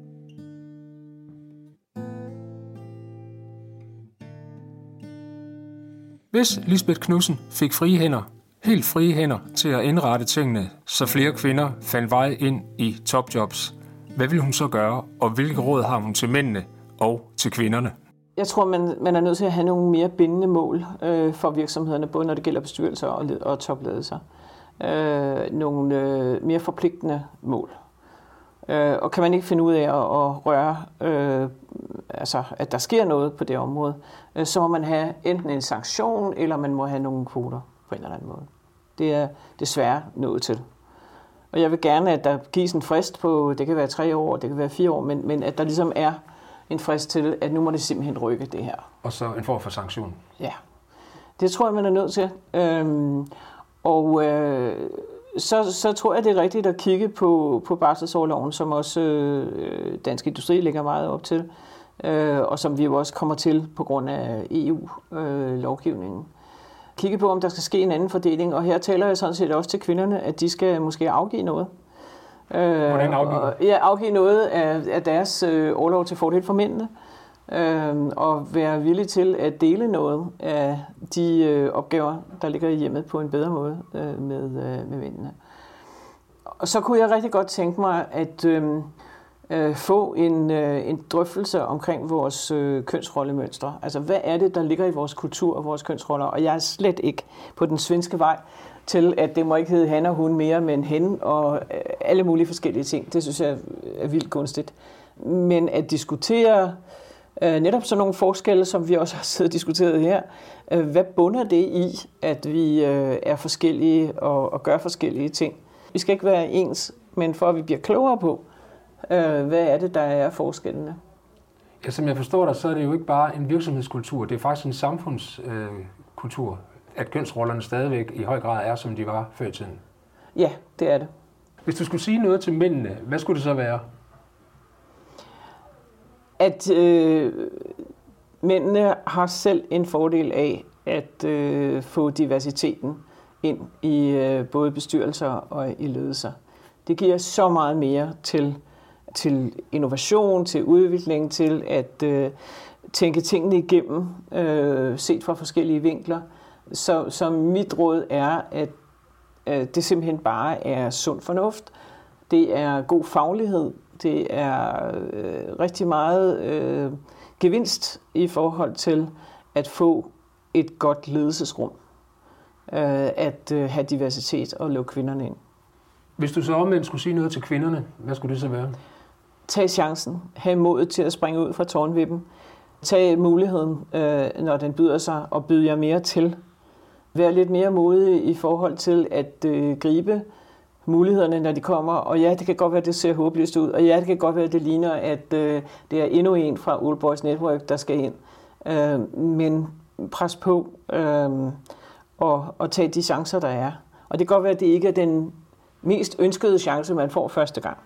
Hvis Lisbeth Knudsen fik frie hænder, helt frie hænder til at indrette tingene, så flere kvinder fandt vej ind i topjobs, hvad vil hun så gøre, og hvilke råd har hun til mændene og til kvinderne? Jeg tror, man, man er nødt til at have nogle mere bindende mål øh, for virksomhederne, både når det gælder bestyrelser og, led- og topledelser. Øh, nogle øh, mere forpligtende mål. Øh, og kan man ikke finde ud af at, at røre, øh, altså at der sker noget på det område, øh, så må man have enten en sanktion, eller man må have nogle kvoter på en eller anden måde. Det er desværre noget til. Og jeg vil gerne, at der gives en frist på, det kan være tre år, det kan være fire år, men, men at der ligesom er en frist til, at nu må det simpelthen rykke det her. Og så en form for sanktion? Ja, det tror jeg, man er nødt til. Øhm, og øh, så, så tror jeg, det er rigtigt at kigge på, på barselsorloven, som også øh, Dansk Industri lægger meget op til, øh, og som vi jo også kommer til på grund af E U-lovgivningen. Øh, kigge på, om der skal ske en anden fordeling, og her taler jeg sådan set også til kvinderne, at de skal måske afgive noget. Hvordan afgive? Og, ja, afgive noget af, af deres øh, orlov til fordel for mændene, øh, og være villige til at dele noget af de øh, opgaver, der ligger i hjemmet på en bedre måde øh, med, øh, med mændene. Og så kunne jeg rigtig godt tænke mig at øh, øh, få en, øh, en drøftelse omkring vores øh, kønsrollemønstre. Altså, hvad er det, der ligger i vores kultur og vores kønsroller? Og jeg er slet ikke på den svenske vej til, at det må ikke hedde han og hun mere, men hen og øh, alle mulige forskellige ting. Det synes jeg er vildt gunstigt. Men at diskutere øh, netop sådan nogle forskelle, som vi også har siddet og diskuteret her, øh, hvad bunder det i, at vi øh, er forskellige og, og gør forskellige ting? Vi skal ikke være ens, men for at vi bliver klogere på, øh, hvad er det, der er forskellene? Ja, som jeg forstår dig, så er det jo ikke bare en virksomhedskultur, det er faktisk en samfundskultur, øh, at kønsrollerne stadigvæk i høj grad er, som de var før i tiden. Ja, det er det. Hvis du skulle sige noget til mændene, hvad skulle det så være? At øh, mændene har selv en fordel af at øh, få diversiteten ind i øh, både bestyrelser og i ledelser. Det giver så meget mere til, til innovation, til udvikling, til at øh, tænke tingene igennem, øh, set fra forskellige vinkler. Så, så mit råd er, at øh, det simpelthen bare er sund fornuft. Det er god faglighed. Det er øh, rigtig meget øh, gevinst i forhold til at få et godt ledelsesrum. Øh, at øh, have diversitet og lukke kvinderne ind. Hvis du så omvendt skulle sige noget til kvinderne, hvad skulle det så være? Tag chancen. Ha' modet til at springe ud fra tårnvippen. Tag muligheden, øh, når den byder sig, og byde jer mere til. Vær lidt mere modig i forhold til at øh, gribe mulighederne, når de kommer. Og ja, det kan godt være, at det ser håbløst ud. Og ja, det kan godt være, at det ligner, at øh, det er endnu en fra Old Boys Network, der skal ind. Øh, men pres på øh, og, og tag de chancer, der er. Og det kan godt være, at det ikke er den mest ønskede chance, man får første gang.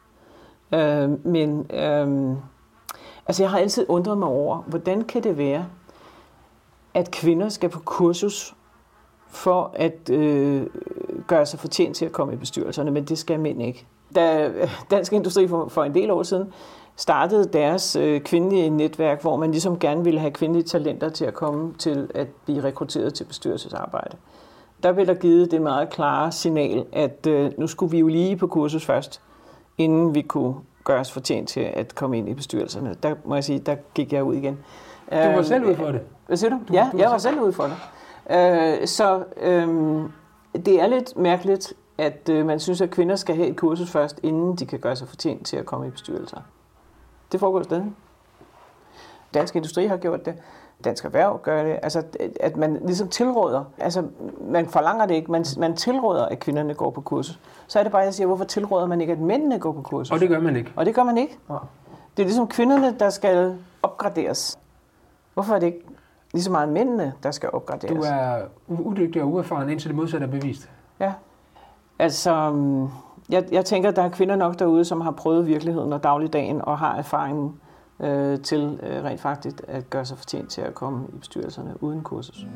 Øh, men øh, altså jeg har altid undret mig over, hvordan kan det være, at kvinder skal på kursus for at øh, gøre sig fortjent til at komme i bestyrelserne, men det skal mænd ikke. Da Dansk Industri for, for en del år siden startede deres øh, kvindelige netværk, hvor man ligesom gerne ville have kvindelige talenter til at komme til at blive rekrutteret til bestyrelsesarbejde. Der blev der givet det meget klare signal, at øh, nu skulle vi jo lige på kursus først, inden vi kunne gøre os fortjent til at komme ind i bestyrelserne. Der må jeg sige, der gik jeg ud igen. Du var selv ude for det? Hvad siger du? du ja, du jeg var selv ude for det. Øh, så øh, det er lidt mærkeligt, at øh, man synes, at kvinder skal have et kursus først, inden de kan gøre sig fortjent til at komme i bestyrelser. Det foregår stadig. Dansk Industri har gjort det. Dansk Erhverv gør det. Altså, at man ligesom tilråder. Altså, man forlanger det ikke. Man, man tilråder, at kvinderne går på kursus. Så er det bare, jeg siger, hvorfor tilråder man ikke, at mændene går på kursus? Og det gør man ikke. Og det gør man ikke. Ja. Det er ligesom kvinderne, der skal opgraderes. Hvorfor er det ikke lige så meget mændene, der skal opgraderes? Du er udygtig og uerfaren, indtil det modsatte er bevist. Ja. Altså, jeg, jeg tænker, at der er kvinder nok derude, som har prøvet virkeligheden og dagligdagen og har erfaringen øh, til øh, rent faktisk at gøre sig fortjent til at komme i bestyrelserne uden kursus.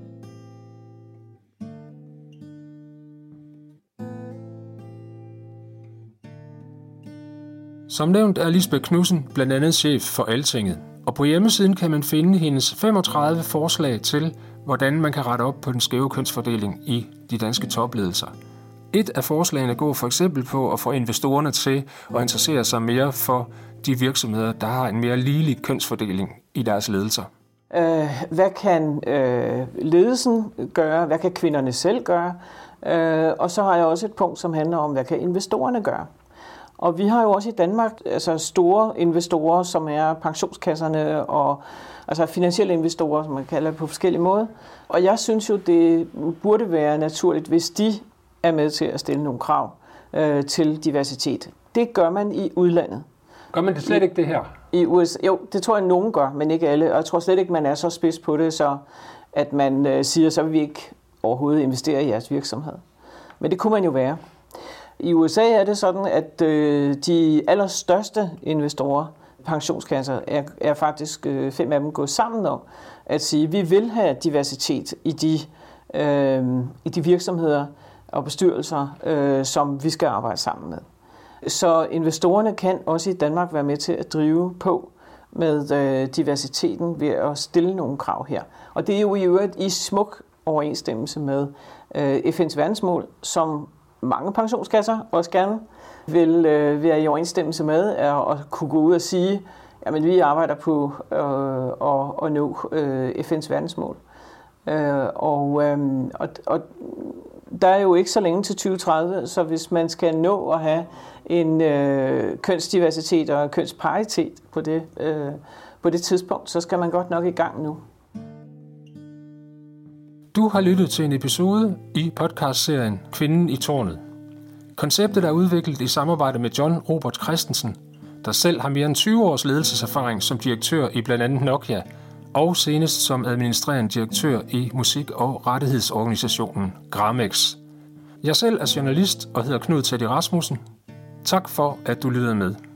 Som nævnt er Lisbeth Knudsen blandt andet chef for Altinget, og på hjemmesiden kan man finde hendes femogtredive forslag til, hvordan man kan rette op på den skæve kønsfordeling i de danske topledelser. Et af forslagene går for eksempel på at få investorerne til at interessere sig mere for de virksomheder, der har en mere ligelig kønsfordeling i deres ledelser. Øh, hvad kan øh, ledelsen gøre? Hvad kan kvinderne selv gøre? Øh, og så har jeg også et punkt, som handler om, hvad kan investorerne gøre? Og vi har jo også i Danmark altså store investorer, som er pensionskasserne og altså finansielle investorer, som man kalder det på forskellige måder. Og jeg synes jo, det burde være naturligt, hvis de er med til at stille nogle krav øh, til diversitet. Det gør man i udlandet. Gør man det slet I, ikke det her? I U S A, jo, det tror jeg, nogen gør, men ikke alle. Og jeg tror slet ikke, man er så spids på det, så at man øh, siger, så vil vi ikke overhovedet investere i jeres virksomhed. Men det kunne man jo være. I U S A er det sådan, at øh, de allerstørste investorer, pensionskasser, er, er faktisk øh, fem af dem gået sammen om at sige, at vi vil have diversitet i de, øh, i de virksomheder og bestyrelser, øh, som vi skal arbejde sammen med. Så investorerne kan også i Danmark være med til at drive på med øh, diversiteten ved at stille nogle krav her. Og det er jo i øvrigt i smuk overensstemmelse med øh, F N's verdensmål, som mange pensionskasser også gerne vil øh, være i overensstemmelse med, er at kunne gå ud og sige, at vi arbejder på øh, at, at nå øh, F N's verdensmål. Øh, og, øh, og, og der er jo ikke så længe til tyve tredive, så hvis man skal nå at have en øh, kønsdiversitet og kønsparitet på det, øh, på det tidspunkt, så skal man godt nok i gang nu. Du har lyttet til en episode i podcastserien Kvinden i tårnet. Konceptet er udviklet i samarbejde med John Robert Christensen, der selv har mere end tyve års ledelseserfaring som direktør i blandt andet Nokia, og senest som administrerende direktør i musik- og rettighedsorganisationen Gramex. Jeg selv er journalist og hedder Knud Teddy Rasmussen. Tak for, at du lyttede med.